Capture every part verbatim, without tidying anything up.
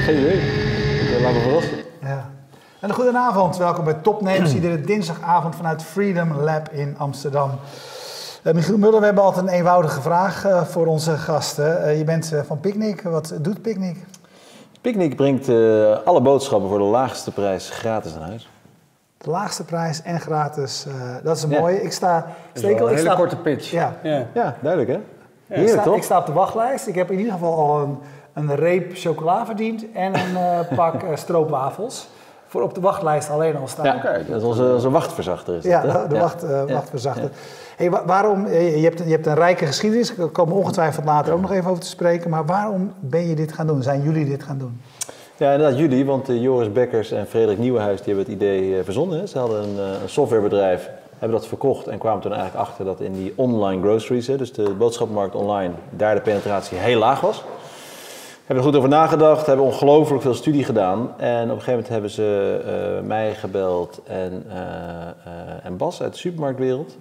Geen idee. Ik laat me verrassen. Ja. En een goedenavond, welkom bij Topnames, iedere dinsdagavond vanuit Freedom Lab in Amsterdam. Uh, Michiel Muller, we hebben altijd een eenvoudige vraag uh, voor onze gasten. Uh, je bent uh, van Picnic, wat doet Picnic? Picnic brengt uh, alle boodschappen voor de laagste prijs gratis naar huis. De laagste prijs en gratis, uh, dat is een ja. mooie. Ik sta... Stekel, een hele sta, korte pitch. Ja, ja. ja duidelijk hè? Ja, ik, sta, ik sta op de wachtlijst. Ik heb in ieder geval al een, een reep chocola verdiend en een uh, pak uh, stroopwafels. Voor op de wachtlijst alleen al staan. Ja, okay, dat is onze, onze wachtverzachter. Is dat, ja, hè? de ja. Wacht, uh, wachtverzachter. Ja. Hey, wa waarom, je hebt, je hebt een rijke geschiedenis, daar komen we ongetwijfeld later ook nog even over te spreken. Maar waarom ben je dit gaan doen? Zijn jullie dit gaan doen? Ja, inderdaad jullie, want uh, Joris Bekkers en Frederik Nieuwenhuis die hebben het idee uh, verzonnen. Hè. Ze hadden een, uh, een softwarebedrijf, hebben dat verkocht en kwamen toen eigenlijk achter dat in die online groceries, hè, dus de boodschappenmarkt online, daar de penetratie heel laag was. Hebben er goed over nagedacht, hebben ongelooflijk veel studie gedaan en op een gegeven moment hebben ze uh, mij gebeld en, uh, uh, en Bas uit de supermarktwereld.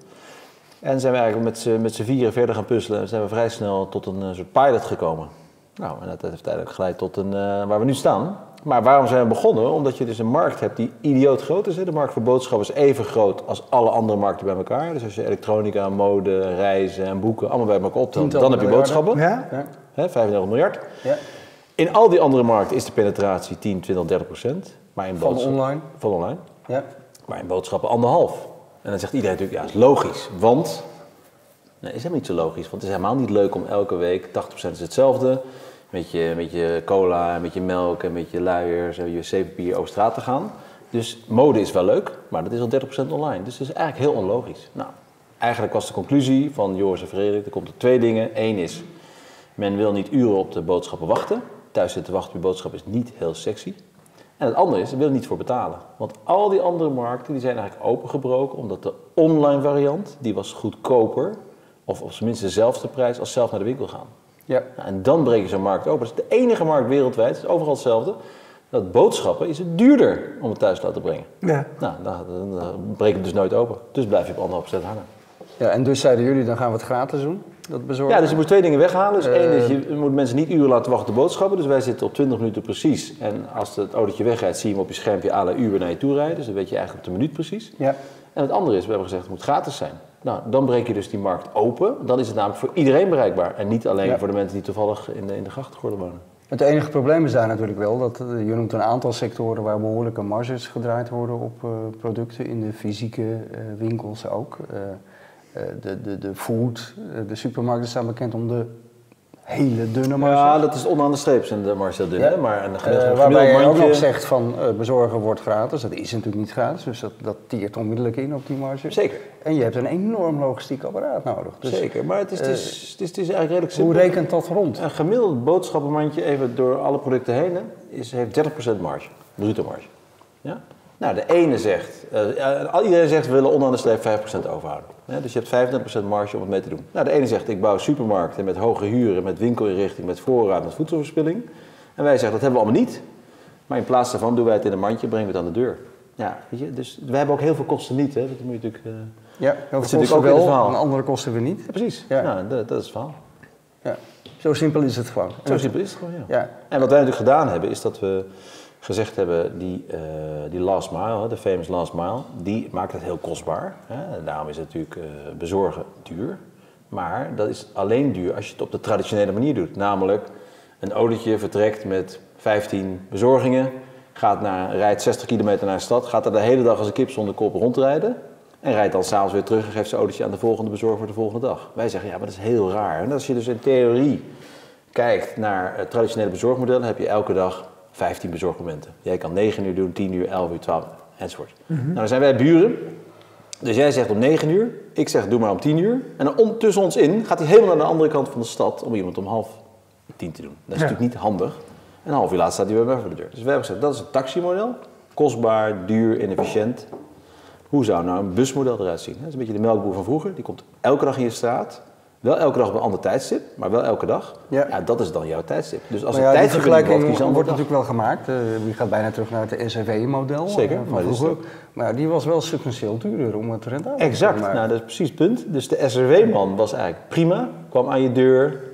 En zijn we eigenlijk met z'n vieren verder gaan puzzelen en zijn we vrij snel tot een uh, soort pilot gekomen. Nou, en dat heeft uiteindelijk geleid tot een, uh, waar we nu staan. Maar waarom zijn we begonnen? Omdat je dus een markt hebt die idioot groot is. Hè? De markt voor boodschappen is even groot als alle andere markten bij elkaar. Dus als je elektronica, mode, reizen en boeken allemaal bij elkaar optelt, dan heb je boodschappen. Ja? Ja. Hè, vijfendertig miljard. Ja. In al die andere markten is de penetratie tien, twintig, dertig procent. Maar in van online? Van online. Ja. Maar in boodschappen anderhalf. En dan zegt iedereen natuurlijk, ja, dat is logisch. Want, nee, is helemaal niet zo logisch. Want het is helemaal niet leuk om elke week, tachtig procent is hetzelfde, met je, met je cola, met je melk en met je luiers en je zeepapier over straat te gaan. Dus mode is wel leuk, maar dat is al dertig procent online. Dus het is eigenlijk heel onlogisch. Nou, eigenlijk was de conclusie van Joris en Frederik, er komt er twee dingen. Eén is, men wil niet uren op de boodschappen wachten. Thuis zitten wachten op je boodschap is niet heel sexy. En het andere is, ze willen niet voor betalen. Want al die andere markten die zijn eigenlijk opengebroken, omdat de online variant, die was goedkoper, of op zijn minst dezelfde prijs als zelf naar de winkel gaan. Ja. Nou, en dan breek je zo'n markt open. Dat is de enige markt wereldwijd, het is overal hetzelfde. Dat boodschappen is het duurder om het thuis te laten brengen. Ja. Nou, dan, dan, dan breek je het dus nooit open. Dus blijf je op anderhalf procent hangen. Ja, en dus zeiden jullie, dan gaan we het gratis doen, dat bezorgen? Ja, dus je moet twee dingen weghalen. Dus uh, één is, je moet mensen niet uren laten wachten op de boodschappen. Dus wij zitten op twintig minuten precies. En als het autootje wegrijdt, zie je hem op je schermpje à la uur naar je toe rijden. Dus dan weet je eigenlijk op de minuut precies. Ja. En het andere is, we hebben gezegd, het moet gratis zijn. Nou, dan breek je dus die markt open. Dan is het namelijk voor iedereen bereikbaar. En niet alleen ja. voor de mensen die toevallig in de, in de grachtengordel wonen. Het enige probleem is daar natuurlijk wel dat uh, je noemt een aantal sectoren waar behoorlijke marges gedraaid worden op uh, producten. In de fysieke uh, winkels ook. Uh, uh, de, de, de food, uh, de supermarkten staan bekend om de hele dunne marge. Ja, dat is onderaan de streep zijn de marge heel dun. Ja. Maar een gemiddeld, uh, waarbij je ook nog zegt van uh, bezorgen wordt gratis. Dat is natuurlijk niet gratis, dus dat, dat tiert onmiddellijk in op die marge. Zeker. En je hebt een enorm logistiek apparaat nodig. Dus, Zeker, maar het is, uh, het, is, het, is, het is eigenlijk redelijk simpel. Hoe rekent dat rond? Een gemiddeld boodschappenmandje, even door alle producten heen, is, heeft dertig procent marge, bruto marge. Ja? Nou, de ene zegt, uh, iedereen zegt we willen onderaan de streep vijf procent overhouden. Ja, dus je hebt vijfendertig procent marge om het mee te doen. Nou, de ene zegt ik bouw supermarkten met hoge huren, met winkelinrichting, met voorraad, met voedselverspilling. En wij zeggen dat hebben we allemaal niet. Maar in plaats daarvan doen wij het in een mandje, brengen we het aan de deur. Ja, weet je, dus we hebben ook heel veel kosten niet. Hè. Dat moet je natuurlijk... Uh, ja, dat zit natuurlijk ook in het verhaal. En andere kosten we niet. Ja, precies. Ja. Nou, dat, dat is het verhaal. Ja. Zo simpel is het gewoon. Zo simpel is het gewoon, ja. ja. En wat wij natuurlijk gedaan hebben, is dat we gezegd hebben, die, uh, die last mile, de famous last mile, die maakt het heel kostbaar. Hè. En daarom is het natuurlijk uh, bezorgen duur. Maar dat is alleen duur als je het op de traditionele manier doet. Namelijk, een autootje vertrekt met vijftien bezorgingen, gaat naar, rijdt zestig kilometer naar een stad, gaat er de hele dag als een kip zonder kop rondrijden en rijdt dan s'avonds weer terug en geeft zijn autootje aan de volgende bezorger voor de volgende dag. Wij zeggen, ja, maar dat is heel raar. En als je dus in theorie kijkt naar het traditionele bezorgmodel, heb je elke dag vijftien bezorgmomenten. Jij kan negen uur doen, tien uur, elf uur, twaalf uur, enzovoort. Mm-hmm. Nou, dan zijn wij buren. Dus jij zegt om negen uur, ik zeg doe maar om tien uur. En dan om, tussen ons in gaat hij helemaal naar de andere kant van de stad om iemand om half tien te doen. Dat is ja. natuurlijk niet handig. En een half uur later staat hij weer bij voor de deur. Dus we hebben gezegd, dat is een taximodel. Kostbaar, duur, inefficiënt. Hoe zou nou een busmodel eruit zien? Dat is een beetje de melkboer van vroeger. Die komt elke dag in je straat. Wel elke dag op een ander tijdstip, maar wel elke dag. Ja, ja dat is dan jouw tijdstip. Dus als maar een ja, tijdvergelijking wordt, wordt, wordt natuurlijk wel gemaakt. Uh, die gaat bijna terug naar het S R W-model. Zeker, uh, van maar, vroeger. Maar die was wel substantieel duurder om het rendabel te Exact, maken. nou, dat is precies het punt. Dus de S R W-man was eigenlijk prima. Kwam aan je deur,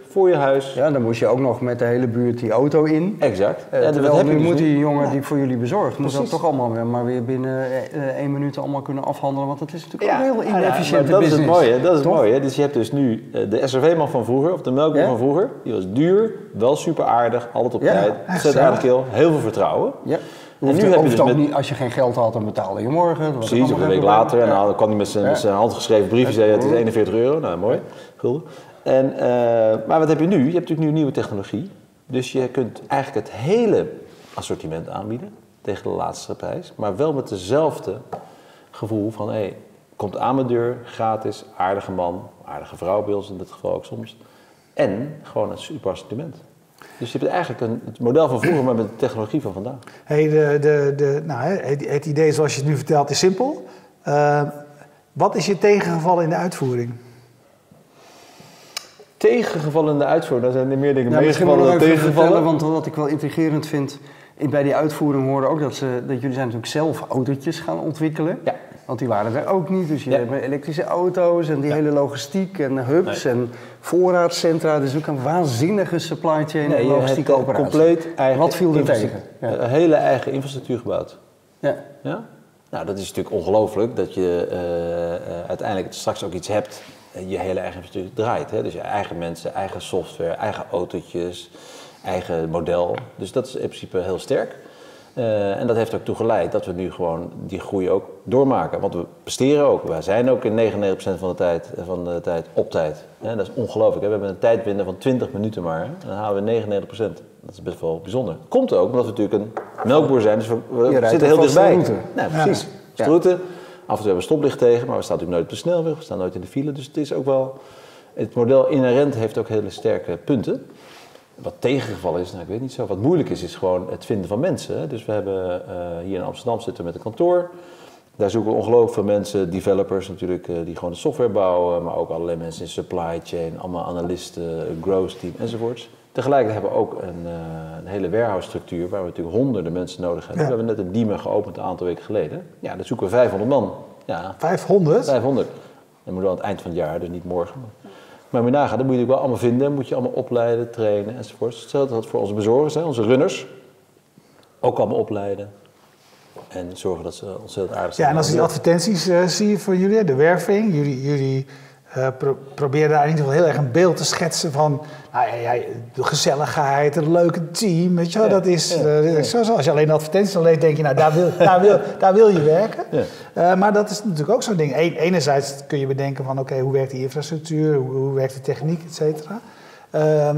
voor je huis. Ja, dan moest je ook nog met de hele buurt die auto in. Exact. Uh, en terwijl wat heb nu je dus moet nu? die jongen Ja. die voor jullie bezorgt, moet Precies. dat toch allemaal weer, maar weer binnen uh, één minuut allemaal kunnen afhandelen. Want dat is natuurlijk Ja, ook een heel ja, inefficiënte maar dat business. is het mooie. Dat is toch? het mooie. Dus je hebt dus nu uh, de S R V-man van vroeger, of de melkboer Ja? van vroeger. Die was duur, wel super aardig, altijd op Ja, tijd. echt Ontzettend zo. aardig keel, heel veel vertrouwen. Ja. En En nu nu heb je hoeft dus ook met- niet, als je geen geld had, dan betaalde je morgen. Dat was Precies, of allemaal een week geen later. En probleem. dan kwam hij met zijn, Ja. met zijn handgeschreven briefje, zei het is eenenveertig euro. Nou, mooi. Gulden. En, uh, maar wat heb je nu? Je hebt natuurlijk nu nieuwe technologie. Dus je kunt eigenlijk het hele assortiment aanbieden tegen de laatste prijs. Maar wel met dezelfde gevoel van, hé, hey, komt aan mijn deur, gratis, aardige man, aardige vrouw bij ons in dit geval ook soms. En gewoon een super assortiment. Dus je hebt eigenlijk een, het model van vroeger, maar met de technologie van vandaag. Hey, de, de, de, nou, het, het idee zoals je het nu vertelt is simpel. Uh, wat is je tegengevallen in de uitvoering? Tegengevallen in de uitvoering, daar zijn er meer dingen Ja, misschien meegevallen wel dan even vertellen, tegengevallen. want wat ik wel intrigerend vind, in- bij die uitvoering hoorde ook dat, ze, dat jullie zijn natuurlijk zelf autootjes gaan ontwikkelen. Ja. Want die waren er ook niet, dus je Ja. hebt elektrische auto's en die hele logistiek en hubs Nee. en voorraadcentra. Dus ook een waanzinnige supply chain Nee, en je hebt logistieke een operatie. compleet eigen Wat viel er infrastructuur- tegen? Ja. Een hele eigen infrastructuur gebouwd. Ja. Ja? Nou, dat is natuurlijk ongelooflijk dat je uh, uh, uiteindelijk straks ook iets hebt en je hele eigen infrastructuur draait. Hè? Dus je eigen mensen, eigen software, eigen autootjes, eigen model. Dus dat is in principe heel sterk. Uh, en dat heeft ook toe geleid dat we nu gewoon die groei ook doormaken. Want we presteren ook. Wij zijn ook in negenennegentig procent van de tijd, van de tijd op tijd. Ja, dat is ongelooflijk. Hè? We hebben een tijdwinner van twintig minuten maar. Hè? En dan halen we negenennegentig procent. Dat is best wel bijzonder. Komt ook omdat we natuurlijk een melkboer zijn. Dus we, we rijdt zitten een heel vaste dichtbij. route. Nou, precies. Ja. De route. Af en toe hebben we stoplicht tegen. Maar we staan natuurlijk nooit op de snelweg. We staan nooit in de file. Dus het is ook wel... Het model inherent heeft ook hele sterke punten. Wat tegengevallen is, nou ik weet niet zo. Wat moeilijk is, is gewoon het vinden van mensen. Hè. Dus we hebben uh, hier in Amsterdam zitten met een kantoor. Daar zoeken we ongelooflijk veel mensen, developers natuurlijk, uh, die gewoon de software bouwen. Maar ook allerlei mensen in supply chain, allemaal analisten, growth team enzovoorts. Tegelijkertijd hebben we ook een, uh, een hele warehouse structuur waar we natuurlijk honderden mensen nodig hebben. Ja. We hebben net een Diemen geopend een aantal weken geleden. Ja, daar zoeken we vijfhonderd man. Ja, vijfhonderd? vijfhonderd. Dat moet wel aan het eind van het jaar, dus niet morgen. Maar, maar moet je nagaan, dat moet je natuurlijk wel allemaal vinden. Moet je allemaal opleiden, trainen enzovoort. Hetzelfde geldt voor onze bezorgers, hè, onze runners. Ook allemaal opleiden. En zorgen dat ze ontzettend aardig zijn. Ja, en als ik die advertenties uh, zie voor jullie, de werving, jullie, jullie uh, pro proberen daar in ieder geval heel erg een beeld te schetsen van nou, ja, ja, de gezelligheid, het leuke team, weet je wel, ja, dat is, ja, uh, ja. Zo, als je alleen de advertenties al leest, denk je nou, daar wil, daar wil, daar wil je werken. Ja. Uh, maar dat is natuurlijk ook zo'n ding. Eén, enerzijds kun je bedenken van oké, okay, hoe werkt die infrastructuur, hoe, hoe werkt de techniek, et cetera. Uh,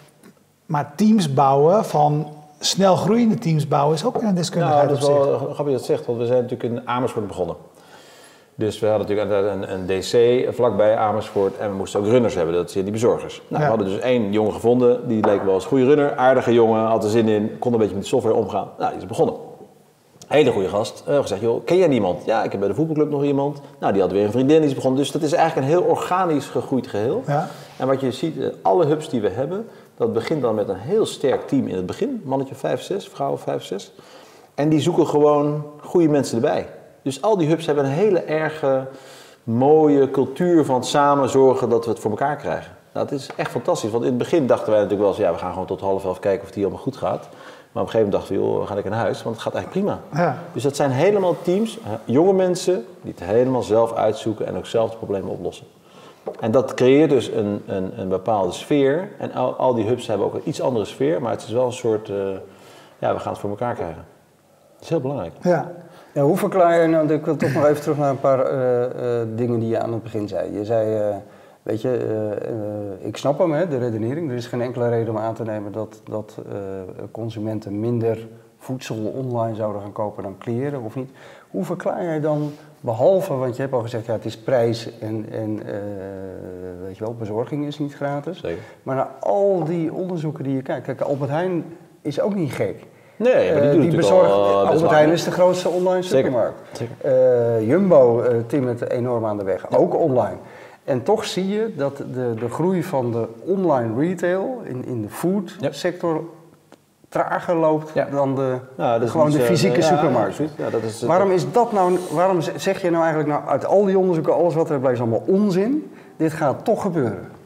maar teams bouwen van... Snel groeiende teams bouwen is ook een deskundigheid. Nou, dat is wel grappig dat je dat zegt, want we zijn natuurlijk in Amersfoort begonnen. Dus we hadden natuurlijk een, een D C vlakbij Amersfoort en we moesten ook runners hebben, dat zijn die bezorgers. Nou, ja. We hadden dus één jongen gevonden, die leek wel als goede runner, aardige jongen, had er zin in, kon een beetje met de software omgaan. Nou, die is begonnen. Hele goede gast. We uh, gezegd, joh, ken jij niemand? Ja, ik heb bij de voetbalclub nog iemand. Nou, die had weer een vriendin, die is begonnen. Dus dat is eigenlijk een heel organisch gegroeid geheel. Ja. En wat je ziet, alle hubs die we hebben, dat begint dan met een heel sterk team in het begin. Mannetje vijf, zes, vrouwen vijf, zes. En die zoeken gewoon goede mensen erbij. Dus al die hubs hebben een hele erge mooie cultuur van samen zorgen dat we het voor elkaar krijgen. Nou, dat is echt fantastisch. Want in het begin dachten wij natuurlijk wel eens, ja, we gaan gewoon tot half elf kijken of het hier allemaal goed gaat. Maar op een gegeven moment dachten we, joh, we gaan lekker naar huis, want het gaat eigenlijk prima. Ja. Dus dat zijn helemaal teams, jonge mensen, die het helemaal zelf uitzoeken en ook zelf de problemen oplossen. En dat creëert dus een, een, een bepaalde sfeer. En al, al die hubs hebben ook een iets andere sfeer, maar het is wel een soort, uh, ja, we gaan het voor elkaar krijgen. Dat is heel belangrijk. Ja. Ja, hoe verklaar je, nou, ik wil toch nog even terug naar een paar uh, uh, dingen die je aan het begin zei. Je zei, uh, weet je, uh, uh, ik snap hem, hè, de redenering. Er is geen enkele reden om aan te nemen dat, dat uh, consumenten minder voedsel online zouden gaan kopen dan kleren, of niet. Hoe verklaar jij dan, behalve, want je hebt al gezegd, ja, het is prijs en, en uh, weet je wel, bezorging is niet gratis. Zeker. Maar naar al die onderzoeken die je kijkt, kijk, Albert Heijn is ook niet gek. Nee, maar die, uh, die bezorgt. Albert Heijn is de grootste online Zeker. supermarkt. Zeker. Uh, Jumbo uh, timmert enorm aan de weg, ja. Ook online. En toch zie je dat de, de groei van de online retail in, in de food ja. sector trager loopt ja. dan de, ja, dus gewoon de fysieke uh, supermarkt. Ja, ja, dat is waarom is dat nou? Waarom zeg je nou eigenlijk nou uit al die onderzoeken, alles wat er blijft, is allemaal onzin? Dit gaat toch gebeuren.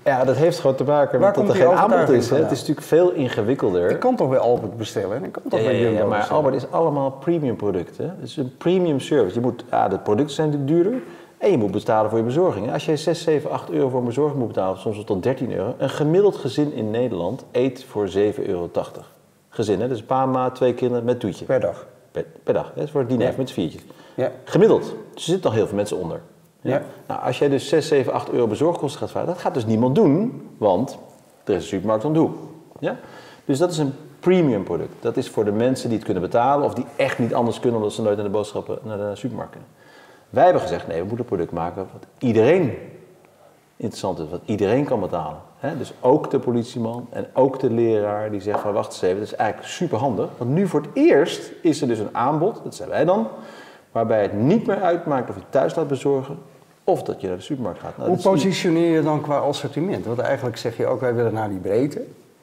Ja, dat heeft gewoon te maken met dat er geen aanbod is. Hè? Het is natuurlijk veel ingewikkelder. Ik kan toch bij Albert bestellen en ik kan toch ja, bij Jumbo ja, ja, maar bestellen. Albert is allemaal premium producten. Het is een premium service. Je moet, ja, de producten zijn natuurlijk duurder en je moet betalen voor je bezorging. Als jij zes, zeven, acht euro voor een bezorging moet betalen, soms wel tot dertien euro. Een gemiddeld gezin in Nederland eet voor zeven euro tachtig. Gezin, hè? Dus pa, ma, twee kinderen met toetje. Per dag. Per, per dag, hè? Dat is voor het diner ja. met z'n viertjes. Ja. Gemiddeld. Dus er zitten nog heel veel mensen onder. Ja. Ja. Nou, als jij dus zes, zeven, acht euro bezorgkosten gaat vragen, dat gaat dus niemand doen, want er is een supermarkt om de hoek. Ja? Dus dat is een premium product. Dat is voor de mensen die het kunnen betalen of die echt niet anders kunnen omdat ze nooit naar de boodschappen naar de supermarkt kunnen. Wij hebben gezegd, nee, we moeten een product maken wat iedereen interessant is, wat iedereen kan betalen. He, dus ook de politieman en ook de leraar die zegt van wacht eens even, dat is eigenlijk super handig. Want nu voor het eerst is er dus een aanbod, dat zijn wij dan, waarbij het niet meer uitmaakt of je thuis laat bezorgen of dat je naar de supermarkt gaat. Nou, Hoe positioneer je dan qua assortiment? Want eigenlijk zeg je ook, wij willen naar die breedte.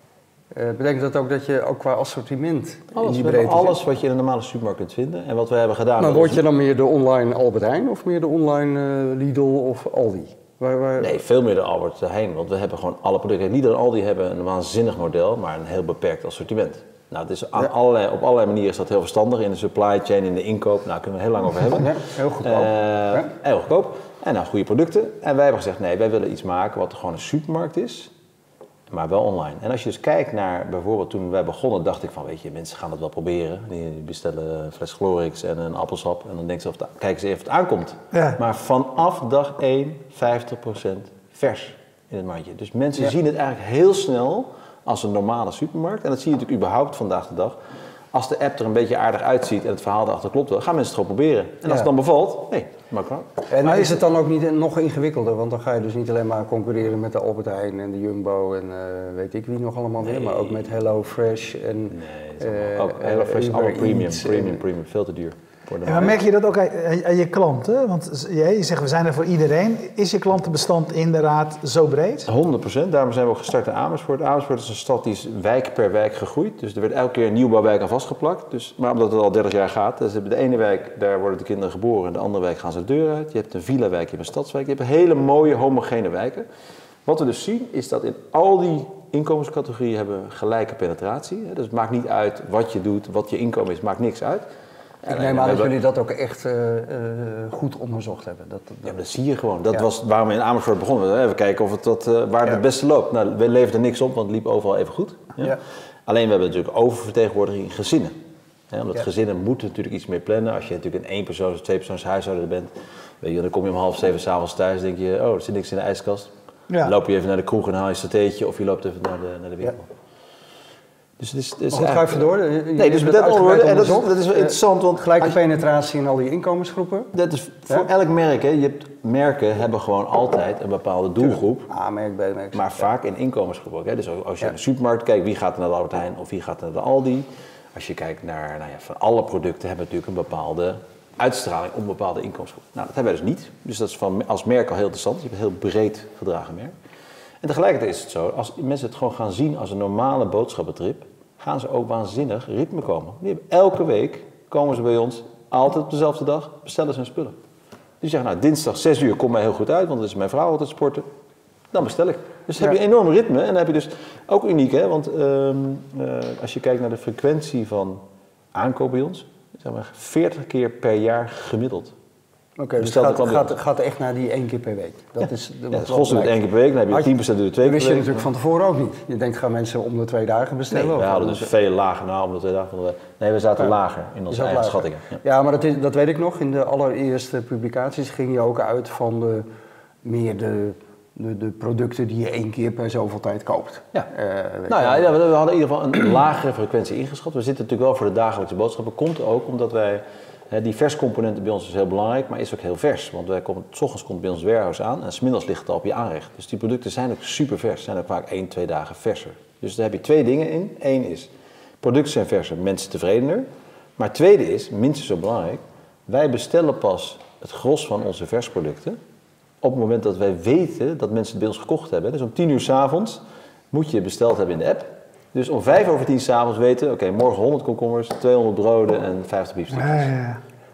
Uh, betekent dat ook dat je ook qua assortiment alles, in die breedte alles zit? wat je in een normale supermarkt kunt vinden en wat we hebben gedaan. Maar word je dan meer de online Albert Heijn of meer de online uh, Lidl of Aldi? Waar, waar... Nee, veel meer de Albert Heijn, want we hebben gewoon alle producten. Lidl en Aldi hebben een waanzinnig model, maar een heel beperkt assortiment. Nou, het is aan ja. allerlei, op allerlei manieren is dat heel verstandig. In de supply chain, in de inkoop, nou, daar kunnen we heel lang over hebben. Ja, heel goedkoop. Uh, ja. Heel goedkoop. En nou, goede producten. En wij hebben gezegd, nee, wij willen iets maken wat gewoon een supermarkt is, maar wel online. En als je dus kijkt naar, bijvoorbeeld toen wij begonnen, dacht ik van, weet je, mensen gaan dat wel proberen. Die bestellen een fles Glorix en een appelsap en dan denken ze, of het, kijken ze even of het aankomt. Ja. Maar vanaf dag één, vijftig procent vers in het mandje. Dus mensen ja. zien het eigenlijk heel snel als een normale supermarkt. En dat zie je natuurlijk überhaupt vandaag de dag. Als de app er een beetje aardig uitziet en het verhaal erachter klopt, dan gaan mensen het gewoon proberen. En als ja. het dan bevalt, nee, makkelijk. En maar is het dan ook niet nog ingewikkelder? Want dan ga je dus niet alleen maar concurreren met de Albert Heijn en de Jumbo en uh, weet ik wie nog allemaal nee. weer, maar ook met Hello Fresh en nee, uh, ook Hello Fresh is allemaal premium, premium, premium, veel te duur. En maar merk je dat ook aan, aan je klanten? Want je zegt, we zijn er voor iedereen. Is je klantenbestand inderdaad zo breed? honderd procent. Daarom zijn we ook gestart in Amersfoort. Amersfoort is een stad die is wijk per wijk gegroeid. Dus er werd elke keer een nieuwbouwwijk aan vastgeplakt. Dus, maar omdat het al dertig jaar gaat. Dus de ene wijk, daar worden de kinderen geboren. En de andere wijk gaan ze de deur uit. Je hebt een villa-wijk, je hebt een stadswijk. Je hebt hele mooie, homogene wijken. Wat we dus zien, is dat in al die inkomenscategorieën hebben we gelijke penetratie. Dus het maakt niet uit wat je doet, wat je inkomen is, maakt niks uit. Ik neem aan dat jullie dat ook echt uh, uh, goed onderzocht hebben. Dat, dat... Ja, maar dat zie je gewoon. Dat ja. was waarom we in Amersfoort begonnen. Even kijken of het dat, uh, waar het ja. het beste loopt. Nou, we leverden niks op, want het liep overal even goed. Ja? Ja. Alleen we hebben natuurlijk oververtegenwoordiging in gezinnen. Ja, omdat ja. gezinnen moeten natuurlijk iets meer plannen. Als je natuurlijk een één-persoons of twee-persoons huishouden bent, weet je, dan kom je om half zeven 's avonds thuis en denk je, oh, er zit niks in de ijskast. Ja. Dan loop je even naar de kroeg en haal je een satéetje of je loopt even naar de, naar de winkel. Ja. Dus het is, het is oh, ga even door. Je nee, dus met dat onderwerp, en dat, dat is wel interessant, want gelijke penetratie in al die inkomensgroepen. Dat is voor ja? elk merk, hè. Je hebt, merken hebben gewoon altijd een bepaalde doelgroep. Ah, merk bij merk. Maar ja. vaak in inkomensgroepen ook. Hè. Dus als je ja. in de supermarkt kijkt, wie gaat er naar de Albert Heijn of wie gaat er naar de Aldi. Als je kijkt naar, nou ja, van alle producten hebben we natuurlijk een bepaalde uitstraling op een bepaalde inkomensgroep. Nou, dat hebben wij dus niet. Dus dat is van, als merk al heel interessant. Je hebt een heel breed gedragen merk. En tegelijkertijd is het zo, als mensen het gewoon gaan zien als een normale boodschappentrip, gaan ze ook waanzinnig ritme komen. Die hebben, elke week komen ze bij ons, altijd op dezelfde dag, bestellen ze hun spullen. Die zeggen, nou, dinsdag zes uur komt mij heel goed uit, want dan is mijn vrouw altijd sporten. Dan bestel ik. Dus dan ja. heb je een enorm ritme en dan heb je dus ook uniek, hè? Want um, uh, als je kijkt naar de frequentie van aankoop bij ons, zeg maar veertig keer per jaar gemiddeld. Oké, okay, dus het gaat, gaat, gaat echt naar die één keer per week. Dat ja. is ja, het kost één keer per week, dan heb je tien procent door de twee keer per week. Dat wist je natuurlijk van tevoren ook niet. Je denkt, gaan mensen om de twee dagen bestellen? Nee, we hadden dus het... veel lager, nou om de twee dagen. Nee, we zaten ja. lager in onze eigen lager. schattingen. Ja, ja maar dat, is, dat weet ik nog. In de allereerste publicaties ging je ook uit van de, meer de... De, de producten die je één keer per zoveel tijd koopt. Ja. Uh, nou ja, ja, we hadden in ieder geval een lagere frequentie ingeschat. We zitten natuurlijk wel voor de dagelijkse boodschappen. Komt ook omdat wij, hè, die verscomponenten bij ons is heel belangrijk, maar is ook heel vers. Want wij komen, 's ochtends komt bij ons warehouse aan en 's middags ligt het al op je aanrecht. Dus die producten zijn ook super vers, zijn ook vaak één, twee dagen verser. Dus daar heb je twee dingen in. Eén is, producten zijn verser, mensen tevredener. Maar het tweede is, minstens zo belangrijk, wij bestellen pas het gros van onze versproducten op het moment dat wij weten dat mensen het bij ons gekocht hebben. Dus om tien uur 's avonds moet je besteld hebben in de app. Dus om vijf over tien 's avonds weten, oké, okay, morgen honderd komkommers, tweehonderd broden en vijftig biefstukjes. Ja, ja.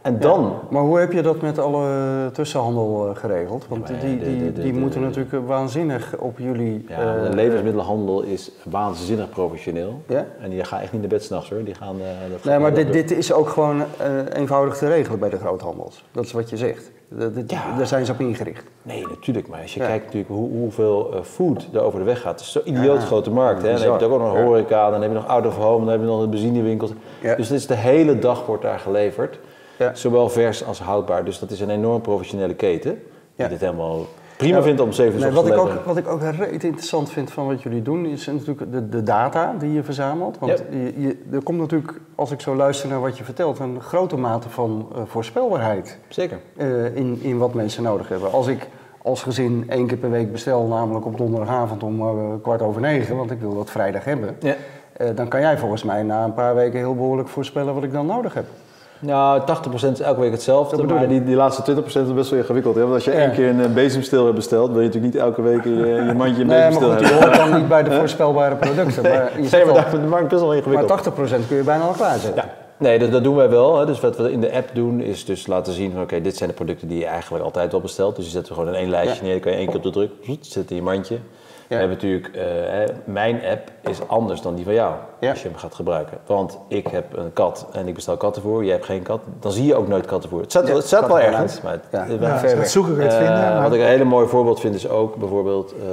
En dan... Ja, maar hoe heb je dat met alle tussenhandel uh, geregeld? Want Ja, die, de, die, de, de, die de, moeten de, natuurlijk waanzinnig op jullie... Ja, uh, de levensmiddelenhandel is waanzinnig professioneel. Ja? En die gaan echt niet naar bed 's nachts hoor. Die gaan, uh, dat nee, maar dit, door. dit is ook gewoon uh, eenvoudig te regelen bij de groothandels. Dat is wat je zegt. Dat, dat, Ja. Daar zijn ze op ingericht. Nee, natuurlijk. Maar als je Ja. kijkt natuurlijk hoe, hoeveel uh, food er over de weg gaat. Het is zo'n idioot Ja, grote markt. Hè? Dan heb je ook nog een horeca, dan heb je nog out of home, dan heb je nog de benzinewinkels. Ja. Dus het is de hele dag wordt daar geleverd. Ja. Zowel vers als houdbaar. Dus dat is een enorm professionele keten. Die Ja. dit helemaal prima Ja, vindt om zeven uur nee, s wat, ik ochtends ook, wat ik ook reet interessant vind van wat jullie doen, is natuurlijk de, de data die je verzamelt. Want Ja. je, je, er komt natuurlijk, als ik zo luister naar wat je vertelt, een grote mate van uh, voorspelbaarheid Zeker. uh, in, in wat mensen nodig hebben. Als ik als gezin één keer per week bestel, namelijk op donderdagavond om uh, kwart over negen, want ik wil dat vrijdag hebben, Ja. uh, dan kan jij volgens mij na een paar weken heel behoorlijk voorspellen wat ik dan nodig heb. Nou, tachtig procent is elke week hetzelfde, bedoel maar ik. die, die laatste twintig procent is best wel ingewikkeld. Hè? Want als je Ja. één keer een bezemstil hebt besteld, wil je natuurlijk niet elke week je, je mandje een Nee, maar bezemstil goed, je hebben. hoort dan niet bij de voorspelbare producten. Maar, je Nee, zegt maar al, daar is de markt best wel maar ingewikkeld. tachtig procent kun je bijna al klaarzetten. Ja. Nee, dat, dat doen wij wel. Hè. Dus wat we in de app doen is dus laten zien van oké, dit zijn de producten die je eigenlijk altijd wel bestelt. Dus je zet er gewoon in één lijstje Ja. neer, dan kan je één keer op de druk, zet het in je mandje. Ja. We hebben natuurlijk, uh, hè, mijn app is anders dan die van jou, Ja. als je hem gaat gebruiken. Want ik heb een kat en ik bestel kattenvoer, jij hebt geen kat, dan zie je ook nooit kattenvoer. Het staat, Ja, wel, het staat wel katten ergens, maar het, Ja. het- Ja, ver dat weg. zoeken we het eh, vinden. maar- Wat ik een hele mooi voorbeeld vind is ook bijvoorbeeld uh,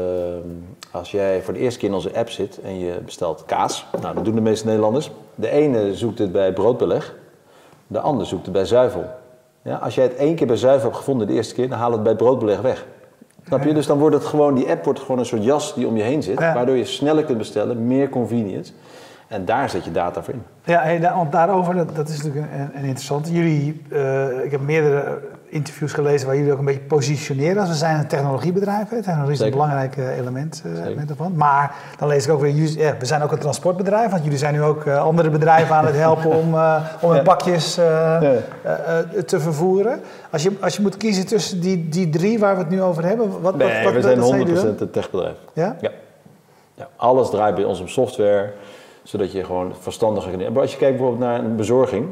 als jij voor de eerste keer in onze app zit en je bestelt kaas. Nou, dat doen de meeste Nederlanders. De ene zoekt het bij broodbeleg, de ander zoekt het bij zuivel. Ja, als jij het één keer bij zuivel hebt gevonden de eerste keer, dan haal het bij broodbeleg weg. Snap je? Dus dan wordt het gewoon, die app wordt gewoon een soort jas die om je heen zit, Ja. waardoor je sneller kunt bestellen, meer convenience. En daar zet je data voor in. Ja, hey, da- want daarover, dat, dat is natuurlijk een, een interessant. Jullie, uh, ik heb meerdere interviews gelezen waar jullie ook een beetje positioneren. Als we zijn een technologiebedrijf, hè. Technologie is een Zeker. belangrijk uh, element, uh, Zeker. element ervan. Maar dan lees ik ook weer, jullie- ja, we zijn ook een transportbedrijf. Want jullie zijn nu ook uh, andere bedrijven aan het helpen om, uh, om hun Ja. pakjes uh, Ja. uh, uh, te vervoeren. Als je, als je moet kiezen tussen die, die drie waar we het nu over hebben, wat, wat, Nee, wat, we wat zijn wat honderd jullie procent dan? een techbedrijf. Ja? Ja. Ja, alles draait bij ons om software, zodat je gewoon verstandiger kunt. Maar als je kijkt bijvoorbeeld naar een bezorging,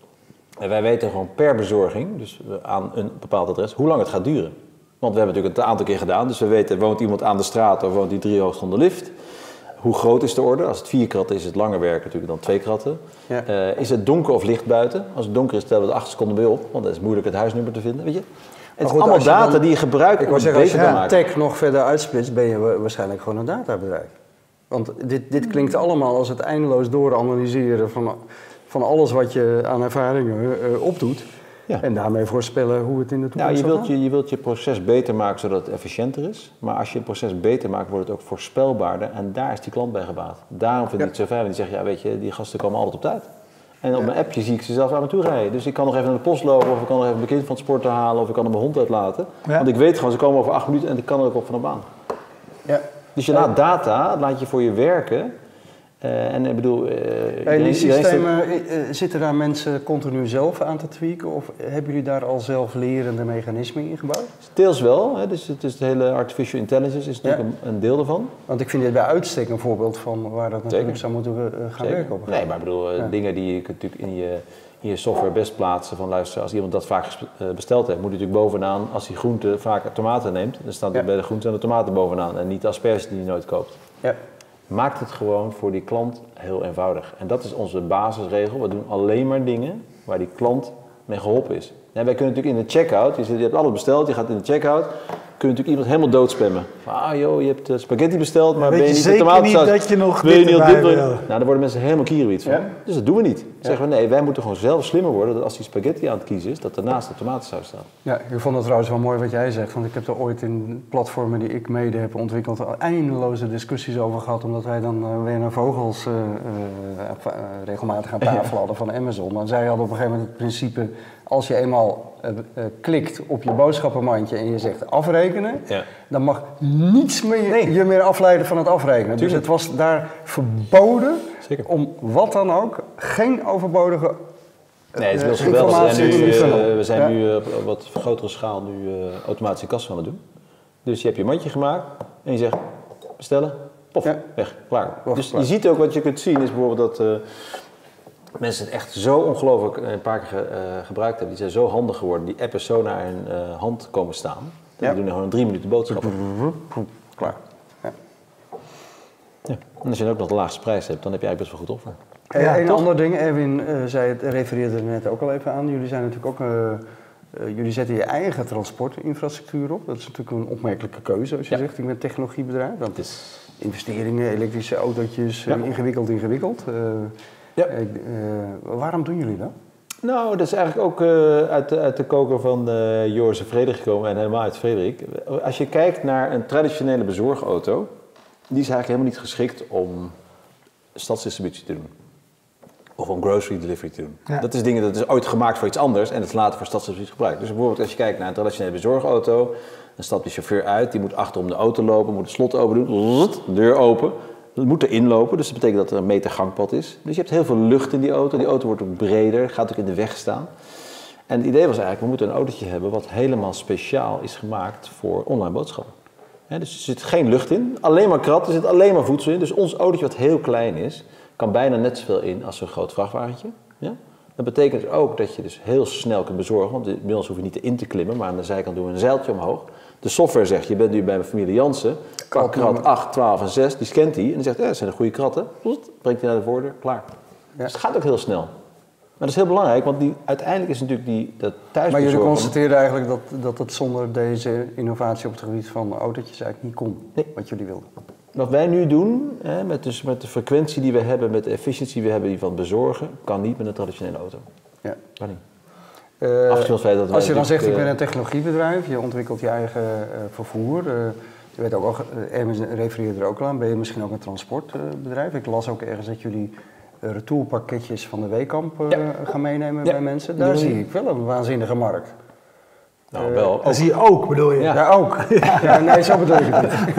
en wij weten gewoon per bezorging, dus aan een bepaald adres, hoe lang het gaat duren. Want we hebben natuurlijk een aantal keer gedaan, dus we weten, woont iemand aan de straat of woont die drie hoogst onder lift? Hoe groot is de order? Als het vier kratten is, is het langer werken natuurlijk dan twee kratten. Ja. Uh, is het donker of licht buiten? Als het donker is, tellen we het acht seconden bij op, want dan is het moeilijk het huisnummer te vinden, weet je? Het is goed, allemaal als je data dan- die je gebruikt Ik om wou het zeggen, als je beter te de maken. tech nog verder uitsplitst, ben je wa- waarschijnlijk gewoon een databedrijf. Want dit, dit klinkt allemaal als het eindeloos dooranalyseren van, van alles wat je aan ervaringen uh, opdoet. Ja. En daarmee voorspellen hoe het in de toekomst Nou, je zal wilt gaan. je, je wilt je proces beter maken zodat het efficiënter is. Maar als je het proces beter maakt, wordt het ook voorspelbaarder. En daar is die klant bij gebaat. Daarom vind ik Ja. het zo fijn. Want die zeggen, ja weet je, die gasten komen altijd op tijd. En op Ja. mijn appje zie ik ze zelf aan me toe rijden. Dus ik kan nog even naar de post lopen, of ik kan nog even mijn kind van het sporten halen, of ik kan er mijn hond uitlaten. Ja. Want ik weet gewoon, ze komen over acht minuten en ik kan er ook op van op aan. Ja. Dus je laat data, laat je voor je werken. Uh, en ik bedoel... Uh, En die iedereen- iedereen systemen, uh, zitten daar mensen continu zelf aan te tweaken? Of hebben jullie daar al zelflerende mechanismen in gebouwd? Deels wel, hè, dus het, is de hele artificial intelligence is natuurlijk Ja. een, een deel ervan. Want ik vind dit bij uitstek een voorbeeld van waar dat natuurlijk Zeker. zou moeten uh, gaan Zeker. werken. Op een Nee, maar ik bedoel, uh, Ja. dingen die je kunt natuurlijk in je, in je software best plaatsen. Van luister, als iemand dat vaak gespe- uh, besteld heeft, moet hij natuurlijk bovenaan, als hij groente vaak tomaten neemt, dan staat er Ja. bij de groente en de tomaten bovenaan. En niet de asperges die hij nooit koopt. Ja. Maakt het gewoon voor die klant heel eenvoudig. En dat is onze basisregel. We doen alleen maar dingen waar die klant mee geholpen is. En wij kunnen natuurlijk in de checkout, je, zit, je hebt alles besteld, je gaat in de checkout, kun je natuurlijk iemand helemaal doodspammen. Van, ah joh, je hebt uh, spaghetti besteld, maar Weet ben je je niet de zeker tomatensaus? niet dat je nog Wil je dit niet op erbij dit wil? Nou, daar worden mensen helemaal kierenwiet van. Ja. Dus dat doen we niet. Dan zeggen we nee, wij moeten gewoon zelf slimmer worden, dat als die spaghetti aan het kiezen is, dat ernaast de tomatensaus staat. Ja, ik vond het trouwens wel mooi wat jij zegt, want ik heb er ooit in platformen die ik mede heb ontwikkeld eindeloze discussies over gehad, omdat wij dan uh, weer naar Vogels uh, uh, regelmatig aan tafel hadden van Amazon. Maar zij hadden op een gegeven moment het principe, als je eenmaal uh, uh, klikt op je boodschappenmandje en je zegt afrekenen, Ja. dan mag niets meer Nee. je meer afleiden van het afrekenen. Dus Tuurlijk. het was daar verboden Zeker. om wat dan ook, geen overbodige Nee, het is wel uh, geweldig. We informatie zijn nu, in die uh, funnel. we zijn Ja. nu uh, op wat grotere schaal nu uh, automatische kassen aan het doen. Dus je hebt je mandje gemaakt en je zegt bestellen, pof, Ja. weg, klaar. Pof, dus klaar. je ziet ook wat je kunt zien is bijvoorbeeld dat uh, mensen het echt zo ongelooflijk een paar keer uh, gebruikt hebben. Die zijn zo handig geworden. Die app is zo naar hun uh, hand komen staan. Ja. Die doen gewoon drie minuten boodschappen. Klaar. Ja. Ja. En als je dan ook nog de laagste prijs hebt, dan heb je eigenlijk best wel goed offer. Ja, een ander ding, Erwin uh, zei het, refereerde er net ook al even aan. Jullie zijn natuurlijk ook, uh, uh, jullie zetten je eigen transportinfrastructuur op. Dat is natuurlijk een opmerkelijke keuze als je ja. zegt, ik ben een technologiebedrijf. Want het is investeringen, elektrische autootjes, ja. ingewikkeld, ingewikkeld. Uh, ja. uh, uh, waarom doen jullie dat? Nou, dat is eigenlijk ook uh, uit, de, uit de koker van uh, Joris en Frederik gekomen en helemaal uit Frederik. Als je kijkt naar een traditionele bezorgauto, die is eigenlijk helemaal niet geschikt om stadsdistributie te doen. Of om grocery delivery te doen. Ja. Dat is dingen, dat is ooit gemaakt voor iets anders en dat is later voor stadsdistributie gebruikt. Dus bijvoorbeeld als je kijkt naar een traditionele bezorgauto, dan stapt de chauffeur uit, die moet achterom de auto lopen, moet het slot open doen, deur open. Dat moet erin lopen, dus dat betekent dat er een meter gangpad is. Dus je hebt heel veel lucht in die auto, die auto wordt ook breder, gaat ook in de weg staan. En het idee was eigenlijk, we moeten een autootje hebben wat helemaal speciaal is gemaakt voor online boodschappen. He, dus er zit geen lucht in, alleen maar krat, er zit alleen maar voedsel in. Dus ons autootje wat heel klein is, kan bijna net zoveel in als een groot vrachtwagentje. Ja? Dat betekent ook dat je dus heel snel kunt bezorgen, want bij ons hoef je niet in te klimmen, maar aan de zijkant doen we een zeiltje omhoog. De software zegt, je bent nu bij mijn familie Jansen, pak krat acht, twaalf en zes, die scant die en die zegt, ja, dat zijn de goede kratten. Brengt die naar de voordeur, klaar. Ja. Dus het gaat ook heel snel. Maar dat is heel belangrijk, want die, uiteindelijk is natuurlijk die, dat thuisbezorgen... Maar jullie constateerden eigenlijk dat, dat het zonder deze innovatie op het gebied van autootjes eigenlijk niet kon, nee. wat jullie wilden. Wat wij nu doen, hè, met, dus met de frequentie die we hebben, met de efficiëntie die we hebben die van het bezorgen, kan niet met een traditionele auto. Ja. Kan niet. Uh, dat als je dan zegt, uh, ik ben een technologiebedrijf, je ontwikkelt je eigen uh, vervoer. Uh, je weet ook al, uh, Erwin refereerde er ook al aan, ben je misschien ook een transportbedrijf. Uh, ik las ook ergens dat jullie uh, retourpakketjes van de Weekamp uh, ja. gaan meenemen ja. bij mensen. Daar zie ik wel een waanzinnige markt. Nou, wel. Dat zie je ook, bedoel je? Ja, ja ook. Ja, nee, zo bedoel ik het niet.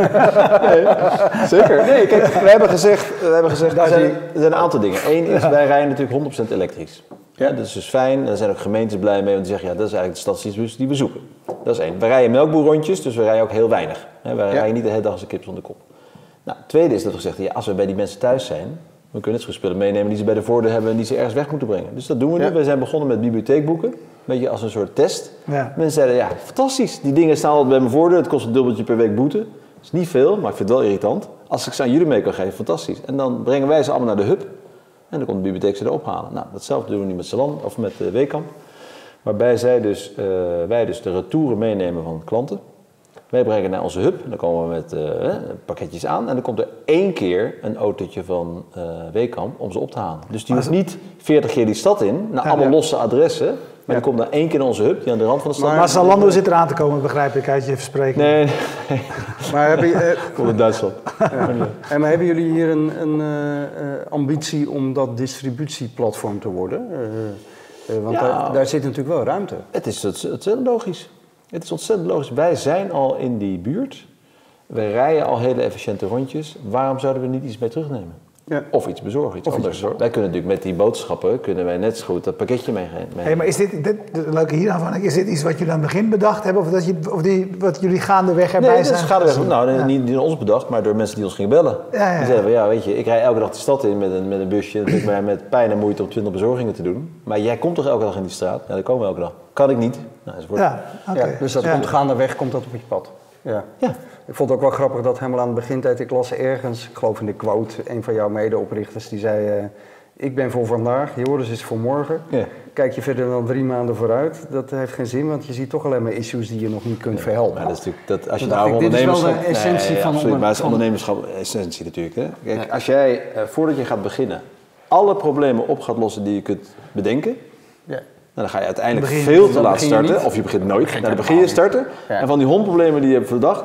Nee, zeker. Nee, kijk, we hebben gezegd, we hebben gezegd er, zijn, er zijn een aantal dingen. Eén is, wij rijden natuurlijk honderd procent elektrisch. Ja, dat is dus fijn. En daar zijn ook gemeentes blij mee, want die zeggen, ja, dat is eigenlijk de stadsdienstbus die we zoeken. Dat is één. We rijden melkboerrondjes, dus we rijden ook heel weinig. We ja. rijden niet de hele dag als een kip zonder kop. Nou, het tweede is dat we gezegd hebben, ja, als we bij die mensen thuis zijn, we kunnen het spullen meenemen die ze bij de voordeur hebben en die ze ergens weg moeten brengen. Dus dat doen we ja. nu. We zijn begonnen met bibliotheekboeken, een beetje als een soort test. Ja. Mensen zeiden, ja, fantastisch, die dingen staan altijd bij mijn voordeur, het kost een dubbeltje per week boete. Dat is niet veel, maar ik vind het wel irritant. Als ik ze aan jullie mee kan geven, fantastisch. En dan brengen wij ze allemaal naar de hub. En dan komt de bibliotheek ze er ophalen. Nou, datzelfde doen we nu met Salan of met uh, Weekamp. Waarbij zij dus, uh, wij dus de retouren meenemen van klanten. Wij brengen naar onze hub. Dan komen we met uh, pakketjes aan. En dan komt er één keer een autootje van uh, Weekamp om ze op te halen. Dus die hoeft niet veertig keer die stad in, naar ja, allemaal ja. losse adressen. Maar ja. die komt dan één keer naar onze hub, die aan de rand van de stad. Maar, maar Zalando zit eraan te komen, begrijp ik, uit je verspreking. Nee, nee. Maar hebben je, uh, Komt in Duitsland. Ja. En maar hebben jullie hier een, een uh, ambitie om dat distributieplatform te worden? Uh, uh, want ja, daar, daar zit natuurlijk wel ruimte. Het is ontzettend logisch. Het is ontzettend logisch. Wij zijn al in die buurt. We rijden al hele efficiënte rondjes. Waarom zouden we niet iets mee terugnemen? Ja. Of iets bezorgen, iets of anders. Iets bezorgen. Wij kunnen natuurlijk met die boodschappen kunnen wij net zo goed dat pakketje meegeven. Hey, maar is dit, dit het leuke hieraan van, is dit iets wat jullie aan het begin bedacht hebben? Of, dat je, of die, wat jullie gaandeweg erbij nee, zijn? Nee, gaandeweg. Nou, ja. niet, niet door ons bedacht, maar door mensen die ons gingen bellen. Ja, ja. Die zeiden van, ja, weet je, ik rij elke dag de stad in met een, met een busje. En ik maar met pijn en moeite om twintig bezorgingen te doen. Maar jij komt toch elke dag in die straat? Ja, dat komen we elke dag. Kan ik niet. Nou, ja, okay. ja, dus dat ja. komt gaandeweg, komt dat op je pad. Ja. ja. Ik vond het ook wel grappig dat helemaal aan het begintijd, ik las ergens, ik geloof in de quote, een van jouw medeoprichters, die zei, uh, ik ben voor vandaag, Joris is voor morgen. Ja. Kijk je verder dan drie maanden vooruit, dat heeft geen zin, want je ziet toch alleen maar issues die je nog niet kunt ja, verhelpen. Maar dat is natuurlijk, dat, als je nou ondernemerschap... Dit is wel de essentie nee, van absoluut, onder... maar het is ondernemerschap essentie natuurlijk. Hè? Kijk, ja. als jij, uh, voordat je gaat beginnen, alle problemen op gaat lossen die je kunt bedenken, ja. Nou, dan ga je uiteindelijk begin, veel te laat starten, je of je begint nooit. Nou, dan begin je starten. Ja. En van die honderd problemen die je hebt verdacht,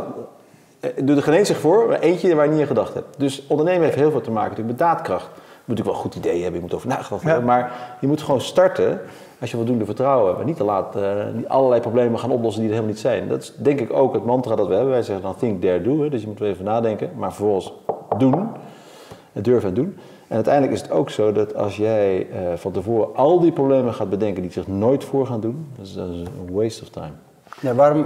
doe er geen één zich voor, maar eentje waar je niet aan gedacht hebt. Dus ondernemen heeft heel veel te maken natuurlijk met daadkracht. Je moet natuurlijk wel een goed idee hebben, je moet over nagedacht hebben, ja. maar je moet gewoon starten als je voldoende vertrouwen hebt. En niet te laat uh, allerlei problemen gaan oplossen die er helemaal niet zijn. Dat is denk ik ook het mantra dat we hebben. Wij zeggen dan think, dare, do. Hè. Dus je moet wel even nadenken, maar vervolgens doen. En durven en doen. En uiteindelijk is het ook zo dat als jij uh, van tevoren al die problemen gaat bedenken die zich nooit voor gaan doen, dat is, dat is een waste of time. Ja, waarom?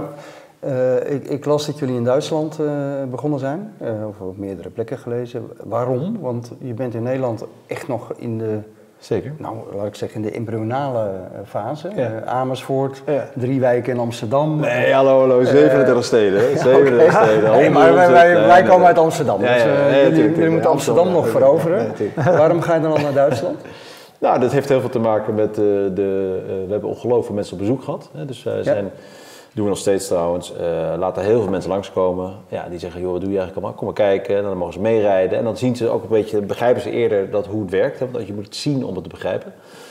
Uh, ik, ik las dat jullie in Duitsland uh, begonnen zijn, uh, of op meerdere plekken gelezen. Waarom? Want je bent in Nederland echt nog in de Zeker. Nou, laat ik zeggen, in de embryonale uh, fase. Ja. Uh, Amersfoort, Ja. drie wijken in Amsterdam. Nee, hallo, hallo, zevenendertig uh, steden. Hè? zevenendertig okay. steden. Nee, maar wij, wij, nee, wij komen nee, uit Amsterdam. Ja, ja, dus uh, nee, jullie, jullie jullie moeten Amsterdam, Amsterdam nog veroveren. Nee, waarom ga je dan al naar Duitsland? Nou, dat heeft heel veel te maken met uh, de... Uh, we hebben ongelooflijk veel mensen op bezoek gehad. Hè? Dus wij uh, zijn... Ja. Doen we nog steeds trouwens. Uh, laten heel veel mensen langskomen. Ja, die zeggen, joh, wat doe je eigenlijk allemaal? Kom maar kijken. En dan mogen ze meerijden. En dan zien ze ook een beetje, begrijpen ze eerder dat, hoe het werkt. Hè? Want je moet het zien om het te begrijpen.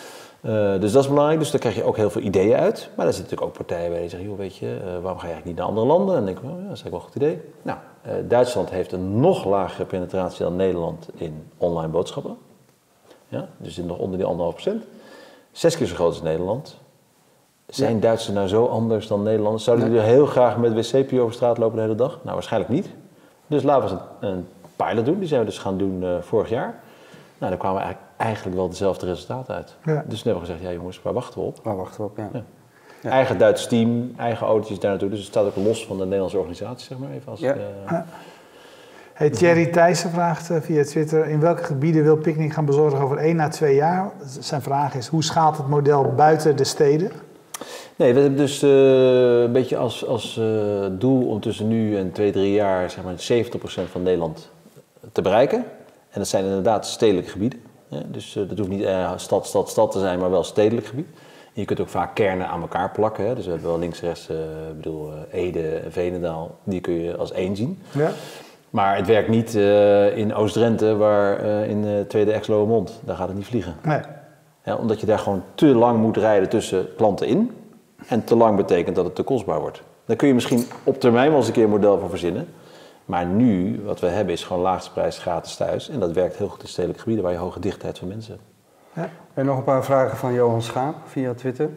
Uh, dus dat is belangrijk. Dus daar krijg je ook heel veel ideeën uit. Maar er zitten natuurlijk ook partijen bij die zeggen, joh, weet je, uh, waarom ga je eigenlijk niet naar andere landen? En dan denk ik, oh, ja, dat is eigenlijk wel een goed idee. Nou, uh, Duitsland heeft een nog lagere penetratie dan Nederland in online boodschappen. Ja, dus zit nog onder die anderhalf procent. Zes keer zo groot als Nederland. Zijn ja. Duitsers nou zo anders dan Nederlanders? Zouden jullie nee. heel graag met wc-papier over straat lopen de hele dag? Nou, waarschijnlijk niet. Dus laten we eens een, een pilot doen. Die zijn we dus gaan doen uh, vorig jaar. Nou, daar kwamen eigenlijk, eigenlijk wel dezelfde resultaten uit. Ja. Dus toen hebben we gezegd, ja jongens, waar wachten we op? Waar wachten we op, ja. ja. ja. Eigen Duits team, eigen autootjes daar naartoe. Dus het staat ook los van de Nederlandse organisatie, zeg maar even. Als ja. ik, uh... ja. Hey, Thierry Thijssen vraagt uh, via Twitter, in welke gebieden wil Picnic gaan bezorgen over één à twee jaar? Zijn vraag is, hoe schaalt het model buiten de steden? Nee, we hebben dus uh, een beetje als, als uh, doel om tussen nu en twee, drie jaar zeg maar zeventig procent van Nederland te bereiken. En dat zijn inderdaad stedelijke gebieden. Ja, dus uh, dat hoeft niet uh, stad, stad, stad te zijn, maar wel stedelijk gebied. En je kunt ook vaak kernen aan elkaar plakken. Hè. Dus we hebben wel links, rechts, uh, ik bedoel uh, Ede en Veenendaal, die kun je als één zien. Ja. Maar het werkt niet uh, in Oost-Drenthe, waar uh, in uh, Tweede Exloërmond, daar gaat het niet vliegen. Nee. Ja, omdat je daar gewoon te lang moet rijden tussen klanten in. En te lang betekent dat het te kostbaar wordt. Daar kun je misschien op termijn wel eens een keer een model voor verzinnen. Maar nu, wat we hebben, is gewoon laagste prijs gratis thuis. En dat werkt heel goed in stedelijke gebieden waar je hoge dichtheid van mensen hebt. Ja. En nog een paar vragen van Johan Schaap via Twitter.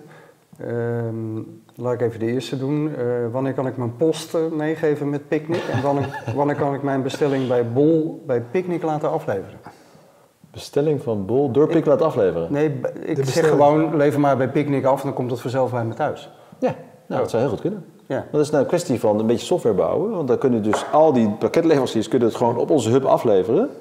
Um, laat ik even de eerste doen. Uh, wanneer kan ik mijn post uh, meegeven met Picnic? En wanneer, wanneer kan ik mijn bestelling bij Bol bij Picnic laten afleveren? Bestelling van Bol door Picnic laten afleveren? Nee, ik zeg gewoon, lever maar bij Picnic af en dan komt het vanzelf bij me thuis. Ja, nou, dat zou heel goed kunnen. Ja. Dat is nou een kwestie van een beetje software bouwen. Want dan kunnen dus al die pakketleveranciers kunnen het gewoon op onze hub afleveren.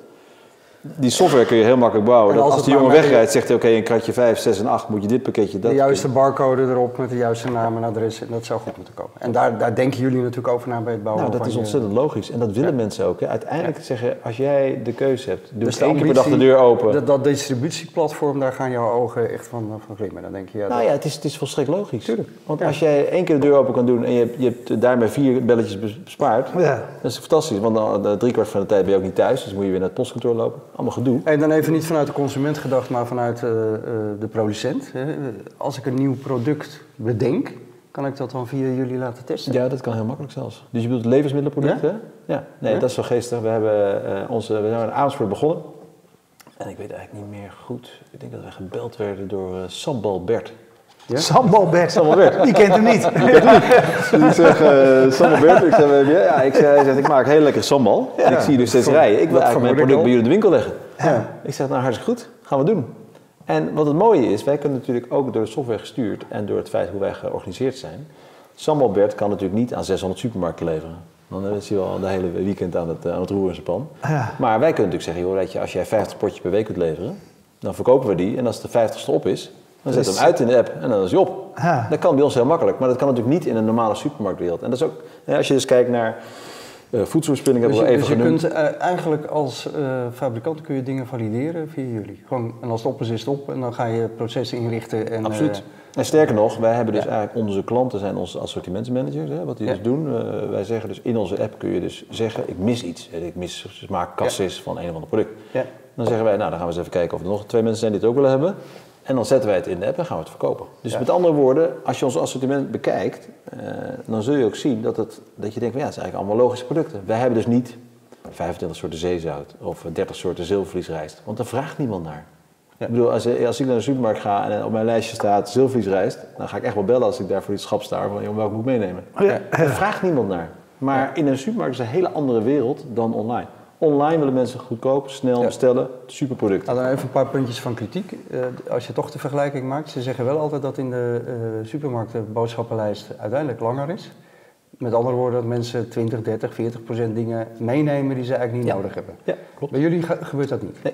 Die software kun je heel makkelijk bouwen. Dat als, als de jongen wegrijdt, zegt hij oké, okay, een kratje vijf, zes en acht moet je dit pakketje... Dat de juiste barcode erop met de juiste naam en adres. En dat zou goed moeten komen. En daar, daar denken jullie natuurlijk over na bij het bouwen. Nou, dat is je... ontzettend logisch. En dat willen ja. mensen ook. Hè. Uiteindelijk ja. zeggen, als jij de keuze hebt, doe dus één keer per dag de deur open. Dat, dat distributieplatform, daar gaan jouw ogen echt van, van glimmen. Dan denk je, ja, nou dat... ja, het is, het is volstrekt logisch. Tuurlijk. Want ja. als jij één keer de deur open kan doen en je, je hebt daarmee vier belletjes bespaard, ja. dat is fantastisch. Want dan, de driekwart van de tijd ben je ook niet thuis, dus moet je weer naar het postkantoor lopen. Allemaal gedoe. Hey, dan even niet vanuit de consument gedacht, maar vanuit uh, uh, de producent. Hè. Als ik een nieuw product bedenk, kan ik dat dan via jullie laten testen? Ja, dat kan heel makkelijk zelfs. Dus je bedoelt levensmiddelenproduct, ja? hè? Ja. Nee, ja? Dat is zo geestig. We hebben uh, onze, we zijn in Amersfoort begonnen. En ik weet eigenlijk niet meer goed. Ik denk dat we gebeld werden door uh, Sambal Bert. Ja? Sambal Bert. Sambal Bert. Die kent hem niet. Dus ik zeg, uh, Sambal Bert, ik zeg, ja, ik zeg, hij zegt, ik maak heel lekker sambal. Ja. En ik zie je dus steeds rijden. Ik wil eigenlijk mijn product bij jullie in de winkel leggen. Ja. Ik zeg, nou hartstikke goed, gaan we doen. En wat het mooie is, wij kunnen natuurlijk ook door de software gestuurd en door het feit hoe wij georganiseerd zijn. Sambal Bert kan natuurlijk niet aan zeshonderd supermarkten leveren. Dan is hij wel de hele weekend aan het, aan het roeren in zijn pan. Ja. Maar wij kunnen natuurlijk zeggen, joh, weet je, als jij vijftig potjes per week kunt leveren, dan verkopen we die. En als de vijftigste op is, dan zetten we hem uit in de app en dan is hij op. Ja. Dat kan bij ons heel makkelijk, maar dat kan natuurlijk niet in een normale supermarktwereld. En dat is ook, als je dus kijkt naar uh, voedselverspilling, hebben dus we al even dus genoemd. Je kunt uh, eigenlijk als uh, fabrikant kun je dingen valideren via jullie. Gewoon, en als het op is, is het op en dan ga je processen inrichten. En, absoluut. Uh, en sterker nog, wij hebben dus ja. eigenlijk onze klanten zijn onze assortimentsmanagers. Hè, wat die ja. dus doen. Uh, wij zeggen dus in onze app kun je dus zeggen, ik mis iets. Ik mis smaakkassis ja. van een of ander product. Ja. Dan zeggen wij, nou dan gaan we eens even kijken of er nog twee mensen zijn die het ook willen hebben. En dan zetten wij het in de app en gaan we het verkopen. Dus ja. met andere woorden, als je ons assortiment bekijkt, uh, dan zul je ook zien dat, het, dat je denkt, ja, het zijn eigenlijk allemaal logische producten. Wij hebben dus niet vijfentwintig soorten zeezout of dertig soorten zilvervliesrijst, want daar vraagt niemand naar. Ja. Ik bedoel, als, als ik naar de supermarkt ga en op mijn lijstje staat zilvervliesrijst, dan ga ik echt wel bellen als ik daar voor iets schap sta van, joh, welke moet ik meenemen? Ja. Daar vraagt niemand naar. Maar ja. in een supermarkt is een hele andere wereld dan online. Online willen mensen goedkoop, snel ja. bestellen, superproducten. Nou, dan even een paar puntjes van kritiek. Uh, als je toch de vergelijking maakt, ze zeggen wel altijd dat in de uh, supermarkt de boodschappenlijst uiteindelijk langer is. Met andere woorden, dat mensen twintig, dertig, veertig procent dingen meenemen die ze eigenlijk niet ja. nodig hebben. Ja, klopt. Bij jullie ge- gebeurt dat niet? Nee.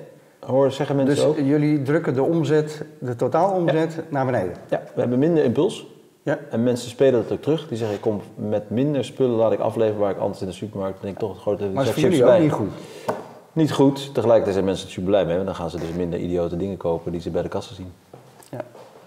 hoor zeggen mensen Dus ook. jullie drukken de omzet, de totaalomzet ja. naar beneden? Ja, we hebben minder impuls. Ja. En mensen spelen dat ook terug. Die zeggen, ik kom met minder spullen, laat ik afleveren waar ik anders in de supermarkt denk ik toch het grote. Maar is voor jullie ook niet goed? Niet goed. Tegelijkertijd zijn mensen super blij mee, want dan gaan ze dus minder idiote dingen kopen die ze bij de kassa zien. Ja.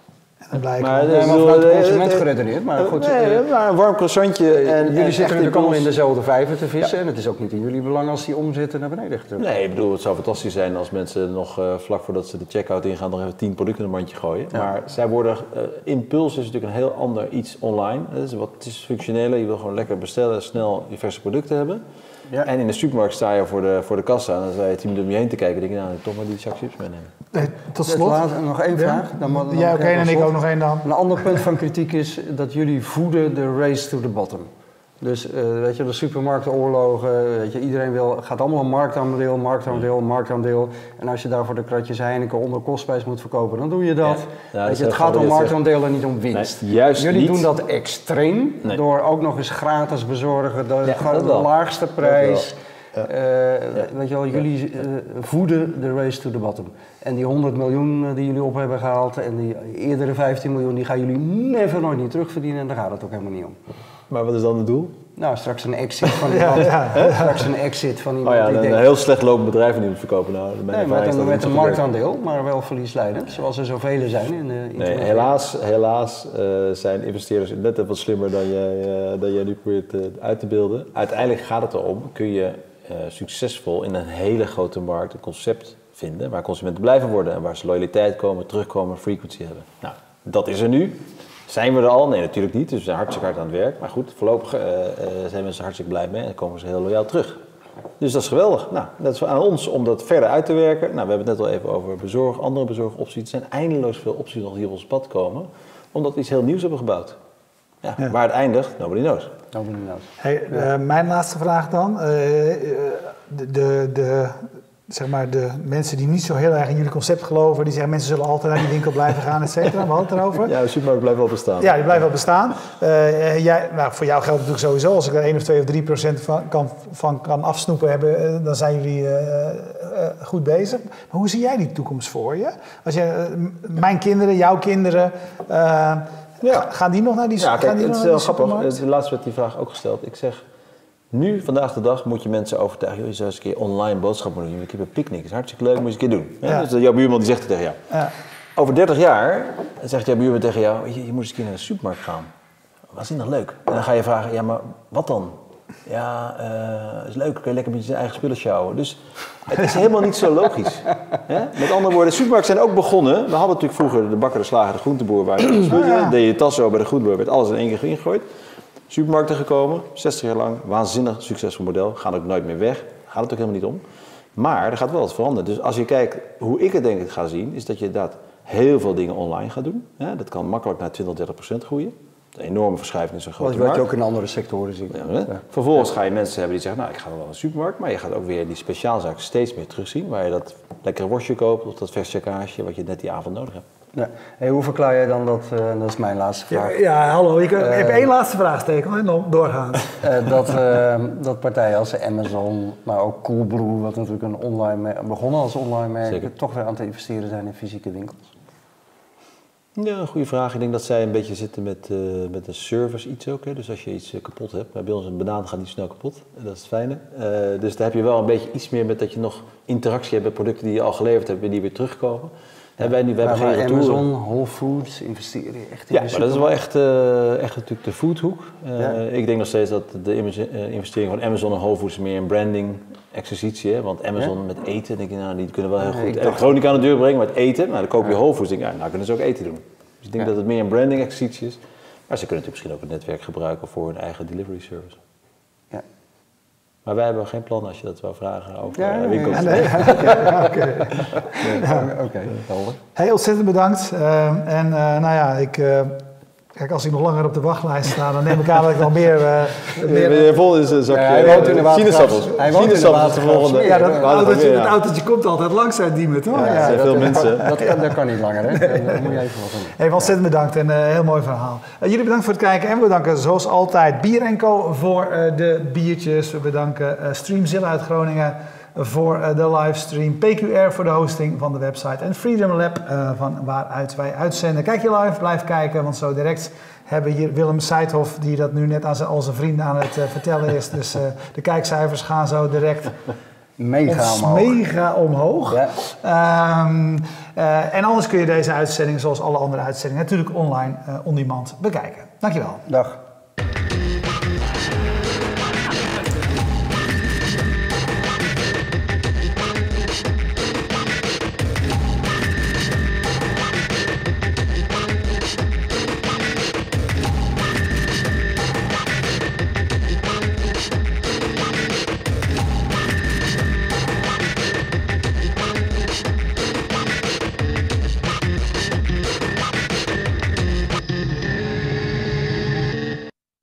En dan maar, nee, maar vanuit de consument geredeneerd, maar goed. Nee, uh, maar een warm croissantje. En, jullie en zitten natuurlijk allemaal in impuls. dezelfde vijver te vissen Ja. en het is ook niet in jullie belang als die omzetten naar beneden gedrukt. Nee, ik bedoel, het zou fantastisch zijn als mensen nog uh, vlak voordat ze de checkout ingaan nog even tien producten in een mandje gooien. Ja. Maar zij worden, uh, impuls is natuurlijk een heel ander iets online. Het is, wat, het is functioneler, je wil gewoon lekker bestellen, snel diverse producten hebben. Ja. En in de supermarkt sta je voor de, voor de kassa en dan sta je tien minuten om je heen te kijken en denk je, nou, ik toch maar die zak chips meenemen. Nee, tot slot. Laat, nog één vraag. Ja, dan, dan ja oké, okay, en ik ook nog één dan. Een ander punt van kritiek is dat jullie voeden de race to the bottom. Dus uh, weet je, de supermarktenoorlogen, weet je, iedereen wil, gaat allemaal een marktaandeel, marktaandeel, marktaandeel. En als je daarvoor de kratjes Heineken onder kostprijs moet verkopen, dan doe je dat. Ja, ja, weet je, het gaat om marktaandeel en niet om winst. Nee, juist jullie niet. doen dat extreem nee. door ook nog eens gratis bezorgen, de, ja, de, de laagste prijs. Ja. Uh, ja. Weet je wel, jullie uh, voeden de race to the bottom. En die honderd miljoen die jullie op hebben gehaald en die eerdere vijftien miljoen, die gaan jullie never nooit niet terugverdienen en daar gaat het ook helemaal niet om. Maar wat is dan het doel? Nou, straks een exit van iemand. ja, ja. Straks een exit van iemand oh ja, die een, denkt... een heel slecht lopend bedrijf die moet verkopen. Nou, nee, met een, met een marktaandeel, maar wel verliesleidend, zoals er zoveel zijn in de Nee, helaas, helaas uh, zijn investeerders net even wat slimmer dan jij, uh, dan jij nu probeert uh, uit te beelden. Uiteindelijk gaat het erom, kun je uh, succesvol in een hele grote markt een concept vinden waar consumenten blijven worden en waar ze loyaliteit komen, terugkomen, frequency hebben. Nou, dat is er nu. Zijn we er al? Nee, natuurlijk niet. Dus we zijn hartstikke hard aan het werk. Maar goed, voorlopig uh, uh, zijn mensen hartstikke blij mee en komen ze heel loyaal terug. Dus dat is geweldig. Nou, dat is aan ons om dat verder uit te werken. Nou, we hebben het net al even over bezorg, andere bezorgopties. Er zijn eindeloos veel opties nog die op ons pad komen, omdat we iets heel nieuws hebben gebouwd. Ja, ja. Waar het eindigt, nobody knows. Nobody knows. Hey, uh, mijn laatste vraag dan. Uh, de, de, de, zeg maar de mensen die niet zo heel erg in jullie concept geloven, die zeggen mensen zullen altijd naar die winkel blijven gaan, et cetera. We hadden het erover. Ja, de supermarkt blijft wel bestaan. Ja, die blijft wel bestaan. Uh, jij, nou, voor jou geldt het natuurlijk sowieso. Als ik er één of twee of drie procent van kan, van kan afsnoepen hebben, uh, dan zijn jullie uh, uh, goed bezig. Maar hoe zie jij die toekomst voor je? Als je uh, mijn kinderen, jouw kinderen, uh, ja. gaan die nog naar die supermarkt? Ja, kijk, het is heel grappig. Laatst werd die vraag ook gesteld. Ik zeg, nu, vandaag de dag, moet je mensen overtuigen. Je zou eens een keer online boodschappen doen. Je moet een keer een picknick. Dat is hartstikke leuk, moet je eens een keer doen. Ja. Dus jouw buurman die zegt het tegen jou. Ja. Over dertig jaar zegt jouw buurman tegen jou, je, je moet eens een keer naar de supermarkt gaan. Waanzinnig leuk. En dan ga je vragen, ja, maar wat dan? Ja, uh, is leuk, kun je lekker met je eigen spullen sjouwen. Dus het is helemaal niet zo logisch. Hè? Met andere woorden, de supermarkten zijn ook begonnen. We hadden natuurlijk vroeger de bakker, de slager, de groenteboer. Waar je spullen, ja. deed je tas zo bij de groenteboer, werd alles in één keer ingegooid. Supermarkten gekomen, zestig jaar lang, waanzinnig succesvol model. Gaan ook nooit meer weg, gaat het ook helemaal niet om. Maar er gaat wel wat veranderen. Dus als je kijkt hoe ik het denk ik ga zien, is dat je inderdaad heel veel dingen online gaat doen. Ja, dat kan makkelijk naar twintig, dertig procent groeien. Een enorme verschuiving in zo'n grote Wat markt. je ook in andere sectoren ziet. Ja, ja. Vervolgens ga je mensen hebben die zeggen, nou ik ga wel naar de supermarkt, maar je gaat ook weer die speciaalzaken steeds meer terugzien, waar je dat lekkere worstje koopt of dat vers chakaasje wat je net die avond nodig hebt. Ja. Hey, hoe verklaar jij dan dat, uh, dat is mijn laatste vraag. Ja, ja hallo, ik uh, heb één laatste vraagteken en dan doorgaan. Uh, dat, uh, dat partijen als Amazon, maar ook Coolblue, wat natuurlijk een online merk, begonnen als online merk, Zeker. toch weer aan het investeren zijn in fysieke winkels? Ja, een goede vraag. Ik denk dat zij een beetje zitten met, uh, met een service iets ook. Hè. Dus als je iets uh, kapot hebt, bij ons een banaan gaat niet snel kapot. Dat is het fijne. Uh, dus daar heb je wel een beetje iets meer met dat je nog interactie hebt met producten die je al geleverd hebt en die weer terugkomen. Ja, wij, wij maar hebben geen Amazon, Whole Foods investeren echt in Ja, maar dat is wel echt, uh, echt natuurlijk de foodhoek. Uh, ja. Ik denk nog steeds dat de investering van Amazon en Whole Foods meer een branding exercitie is. Want Amazon ja? met eten, denk je, nou, die kunnen wel heel goed elektronica aan de deur brengen, maar het eten, maar dan koop je ja. Whole Foods, denk je, ja, nou kunnen ze ook eten doen. Dus ik denk ja. dat het meer een branding exercitie is. Maar ze kunnen natuurlijk misschien ook het netwerk gebruiken voor hun eigen delivery service. Ja. Maar wij hebben geen plan als je dat wou vragen over ja, uh, winkels. Ja, nee, Oké, helder. Heel ontzettend bedankt. Uh, en uh, nou ja, ik... Uh, Kijk, als ik nog langer op de wachtlijst sta, dan neem ik aan dat ik wel meer... Uh, meer vol is een zakje. Ja, hij woont in de watergraaf. Hij woont in de watergraaf. Ja, dat autootje, dat autootje komt altijd langs uit Diemen, toch? Ja, ja, ja, dat veel dat, mensen. Dat, dat, dat kan niet langer, hè? Daar moet je even wat doen. Even ontzettend bedankt en een uh, heel mooi verhaal. Uh, jullie bedankt voor het kijken en we bedanken zoals altijd Bier en Co voor uh, de biertjes. We bedanken uh, Streamzilla uit Groningen voor uh, de livestream. P Q R voor de hosting van de website. En Freedom Lab uh, van waaruit wij uitzenden. Kijk je live, blijf kijken, want zo direct hebben we hier Willem Seithoff, die dat nu net aan zijn, al zijn vrienden aan het uh, vertellen is. Dus uh, de kijkcijfers gaan zo direct mega omhoog. Mega omhoog. Ja. Um, uh, en anders kun je deze uitzending, zoals alle andere uitzendingen, natuurlijk online uh, on demand bekijken. Dankjewel. Dag.